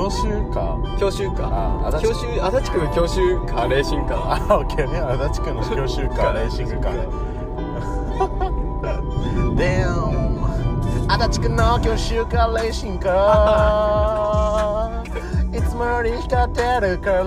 教習カー教習カー、 足立足立区の教習カーレーシングカー。 オッケーね、足立区の教習カーレーシングカーDamn 足立区の教習カーレーシングカーいつもより光ってるから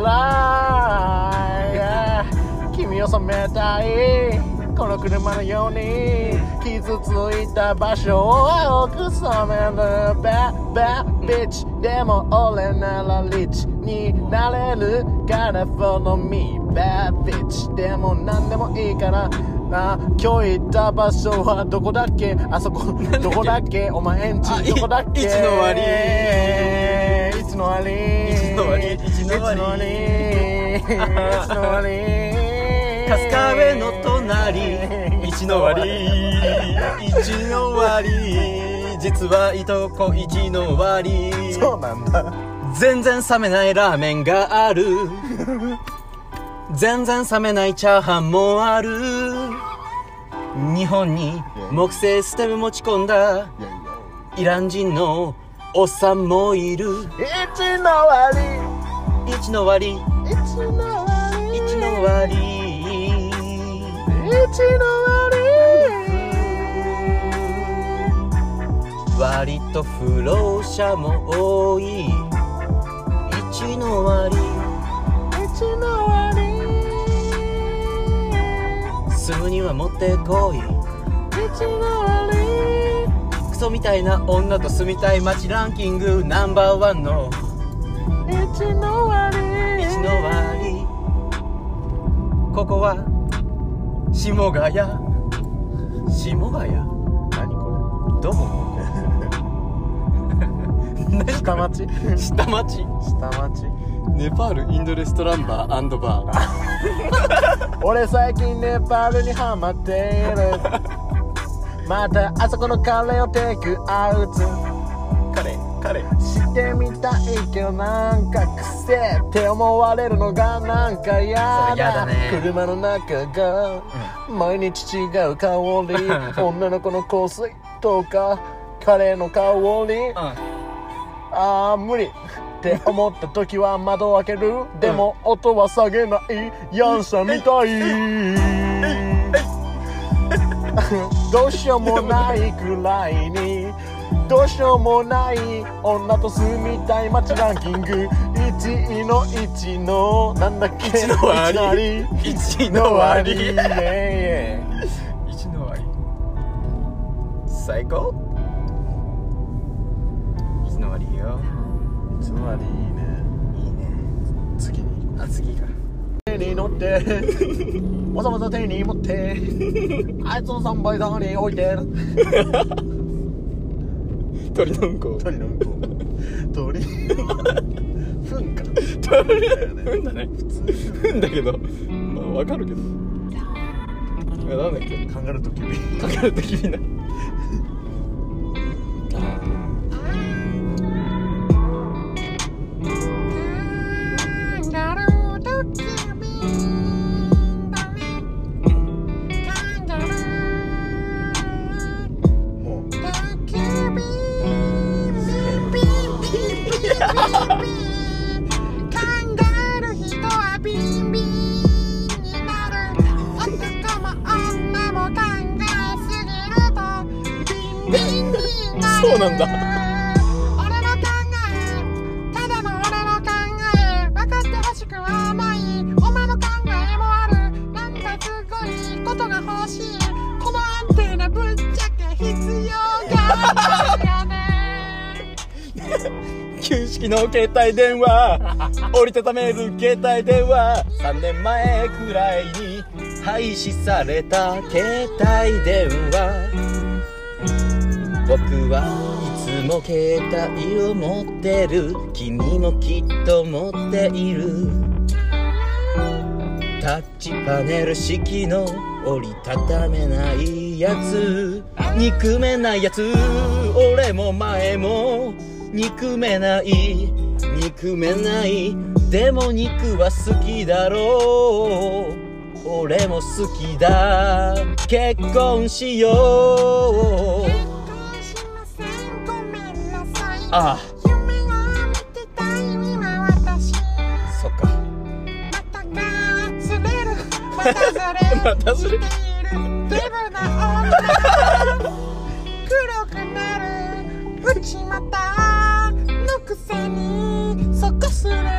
、yeah、君を染めたいこの車のように傷ついた場所を青く染める Bad bitch でも俺ならリッチになれるから Follow me Bad bitch でも何でもいいからな。今日行った場所はどこだっけ、あそこどこだっけ、お前んちどこだっけ、 一の割一の割一の割一の割一の割春日部の隣一の割一の割実はいとこ一の割。 そうなんだ。 全然冷めないラーメンがある全然冷めないチャーハンもある。日本に木製ステム持ち込んだイラン人のおっさんもいる。 一の割一の割一の割一の割一の割と不老者も多い一の割一の割住むにはもってこい一の割クソみたいな女と住みたい街ランキングナンバーワンの一の割一の割。ここは下ヶ谷下ヶ谷何こどこれ下町下町下町ネパールインドレストランバー&バー俺最近ネパールにハマっているまたあそこのカレーをテイクアウトカレしてみたいけどなんか癖って思われるのがなんかやだね。 車の中が毎日違う香り女の子の香水とかカレーの香り、あー無理って思った時は窓を開けるでも音は下げないヤンさんみたいどうしようもないくらいにどうしようもない女と住みたい街ランキング1位の1のなんだっけ 1の割 1の割 1の割最高1の割いいよ 1の割いいねいいね。 次に次か手に乗ってわざわざ手に持ってあいつの3倍だに置いて鳥のうんこ鳥のうんこ鳥ふんか鳥ふんだね普通ふんだけどまあわかるけどなんだっけカンガルーとキビかかるときになそうなんだ。 俺の考えただの俺の考え分かってほしくはないお前の考えもあるなんかすごいことが欲しいこのアンテナぶっちゃけ必要がないよね旧式の携帯電話折りたためる携帯電話3年前くらいに廃止された携帯電話僕はいつも携帯を持ってる君もきっと持っているタッチパネル式の折りたためないやつ憎めないやつ俺も前も憎めないでも肉は好きだろう俺も好きだ結婚しようああ夢が見てたいまたずれデブな女黒くなる内股のくせにそこすれる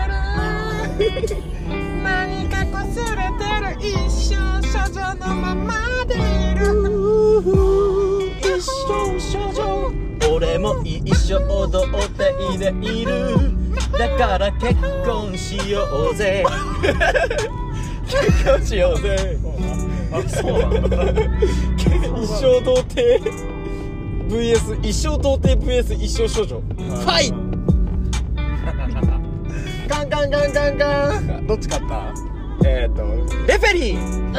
何かこすれてる一生少女のままでいる一生少女俺も一生踊っているだから結婚しようぜ結婚しようぜあ、そうなんだ一生童貞 VS 一生童貞 VS 一生少女ファイガンガンガンガンガンどっち勝ったレフェリー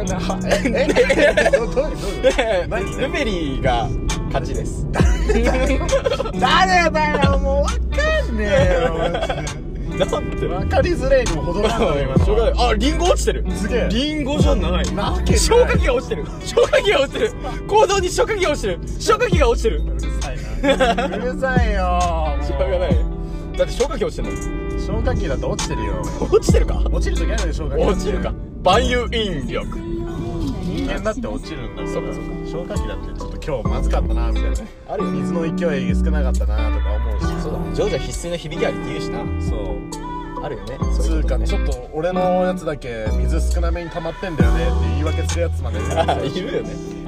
どういう何レフェリーが勝ちです誰だよもうわかんねえよなんてわかりづれえにも程があるの今のしょうがないあ、リンゴ落ちてるすげえリンゴじゃないなわけない消火器が落ちてる消火器が落ちてる行動に消火器が落ちてる消火器が落ちてるうるさいなうるさいよしょうがないだって消火器落ちてるの消火器だと落ちてるよ落ちてるか落ちるときあるで消火器落ちるか万有引力人間だって落ちるんだからそうかそうか消火器だってちょっと今日まずかったなみたいなねあるよ水の勢い少なかったなとか思うしそうだジョージは必須の響きありって言うしなそうあるよねつそういううことねかちょっと俺のやつだけ水少なめに溜まってんだよねって言い訳するやつまであいるよね